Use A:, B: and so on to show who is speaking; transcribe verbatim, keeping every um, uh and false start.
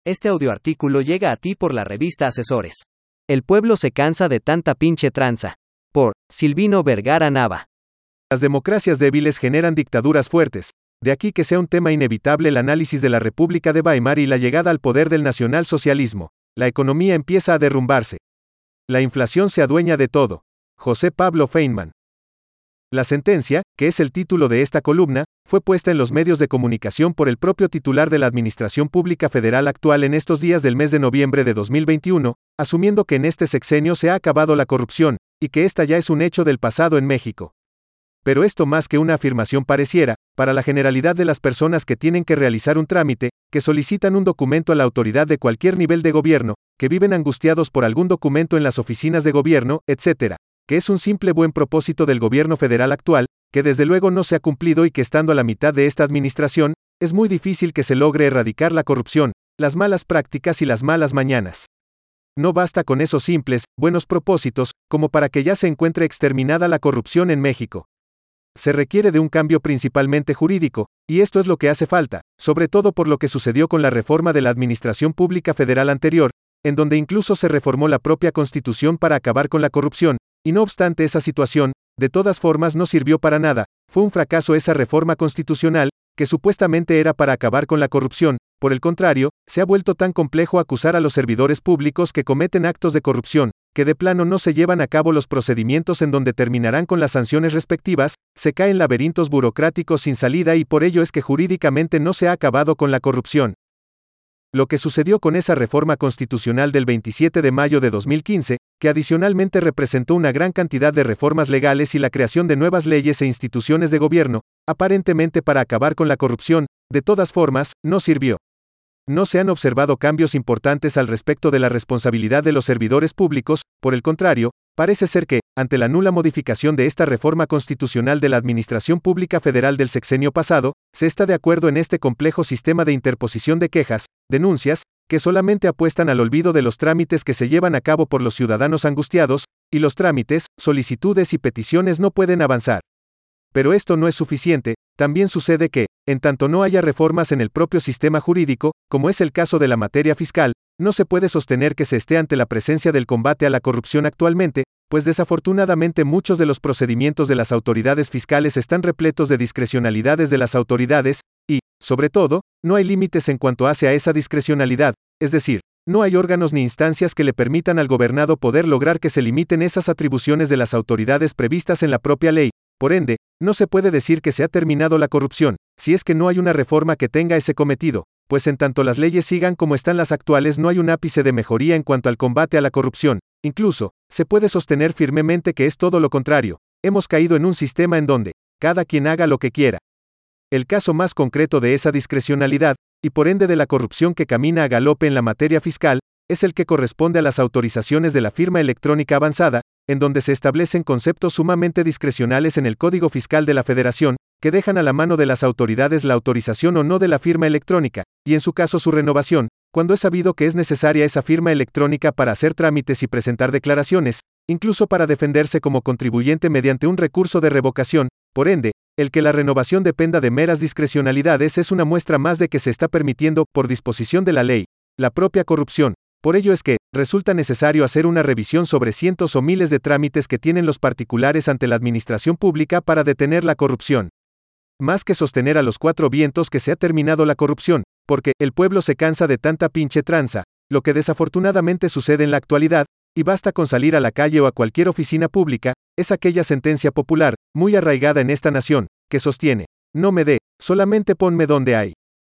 A: Este audioartículo llega a ti por la revista Asesores. El pueblo se cansa de tanta pinche tranza. Por Silvino Vergara Nava.
B: Las democracias débiles generan dictaduras fuertes. De aquí que sea un tema inevitable el análisis de la República de Weimar y la llegada al poder del nacionalsocialismo. La economía empieza a derrumbarse. La inflación se adueña de todo. José Pablo Feynman. La sentencia, que es el título de esta columna, fue puesta en los medios de comunicación por el propio titular de la Administración Pública Federal actual en estos días del mes de noviembre de dos mil veintiuno, asumiendo que en este sexenio se ha acabado la corrupción, y que esta ya es un hecho del pasado en México. Pero esto más que una afirmación pareciera, para la generalidad de las personas que tienen que realizar un trámite, que solicitan un documento a la autoridad de cualquier nivel de gobierno, que viven angustiados por algún documento en las oficinas de gobierno, etcétera, que es un simple buen propósito del gobierno federal actual, que desde luego no se ha cumplido y que estando a la mitad de esta administración, es muy difícil que se logre erradicar la corrupción, las malas prácticas y las malas mañanas. No basta con esos simples, buenos propósitos, como para que ya se encuentre exterminada la corrupción en México. Se requiere de un cambio principalmente jurídico, y esto es lo que hace falta, sobre todo por lo que sucedió con la reforma de la Administración Pública Federal anterior, en donde incluso se reformó la propia Constitución para acabar con la corrupción, y no obstante esa situación, de todas formas no sirvió para nada, fue un fracaso esa reforma constitucional, que supuestamente era para acabar con la corrupción. Por el contrario, se ha vuelto tan complejo acusar a los servidores públicos que cometen actos de corrupción, que de plano no se llevan a cabo los procedimientos en donde terminarán con las sanciones respectivas, se caen laberintos burocráticos sin salida y por ello es que jurídicamente no se ha acabado con la corrupción. Lo que sucedió con esa reforma constitucional del veintisiete de mayo de dos mil quince, que adicionalmente representó una gran cantidad de reformas legales y la creación de nuevas leyes e instituciones de gobierno, aparentemente para acabar con la corrupción, de todas formas, no sirvió. No se han observado cambios importantes al respecto de la responsabilidad de los servidores públicos, por el contrario, parece ser que, ante la nula modificación de esta reforma constitucional de la Administración Pública Federal del sexenio pasado, se está de acuerdo en este complejo sistema de interposición de quejas, denuncias, que solamente apuestan al olvido de los trámites que se llevan a cabo por los ciudadanos angustiados, y los trámites, solicitudes y peticiones no pueden avanzar. Pero esto no es suficiente, también sucede que, en tanto no haya reformas en el propio sistema jurídico, como es el caso de la materia fiscal, no se puede sostener que se esté ante la presencia del combate a la corrupción actualmente, pues desafortunadamente muchos de los procedimientos de las autoridades fiscales están repletos de discrecionalidades de las autoridades, y, sobre todo, no hay límites en cuanto hace a esa discrecionalidad, es decir, no hay órganos ni instancias que le permitan al gobernado poder lograr que se limiten esas atribuciones de las autoridades previstas en la propia ley. Por ende, no se puede decir que se ha terminado la corrupción, si es que no hay una reforma que tenga ese cometido, pues en tanto las leyes sigan como están las actuales no hay un ápice de mejoría en cuanto al combate a la corrupción, incluso, se puede sostener firmemente que es todo lo contrario, hemos caído en un sistema en donde, cada quien haga lo que quiera. El caso más concreto de esa discrecionalidad, y por ende de la corrupción que camina a galope en la materia fiscal, es el que corresponde a las autorizaciones de la firma electrónica avanzada, en donde se establecen conceptos sumamente discrecionales en el Código Fiscal de la Federación, que dejan a la mano de las autoridades la autorización o no de la firma electrónica, y en su caso su renovación, cuando es sabido que es necesaria esa firma electrónica para hacer trámites y presentar declaraciones, incluso para defenderse como contribuyente mediante un recurso de revocación. Por ende, el que la renovación dependa de meras discrecionalidades es una muestra más de que se está permitiendo, por disposición de la ley, la propia corrupción. Por ello es que, resulta necesario hacer una revisión sobre cientos o miles de trámites que tienen los particulares ante la administración pública para detener la corrupción. Más que sostener a los cuatro vientos que se ha terminado la corrupción, porque el pueblo se cansa de tanta pinche tranza, lo que desafortunadamente sucede en la actualidad, y basta con salir a la calle o a cualquier oficina pública, es aquella sentencia popular, muy arraigada en esta nación, que sostiene, no me dé, solamente ponme donde hay.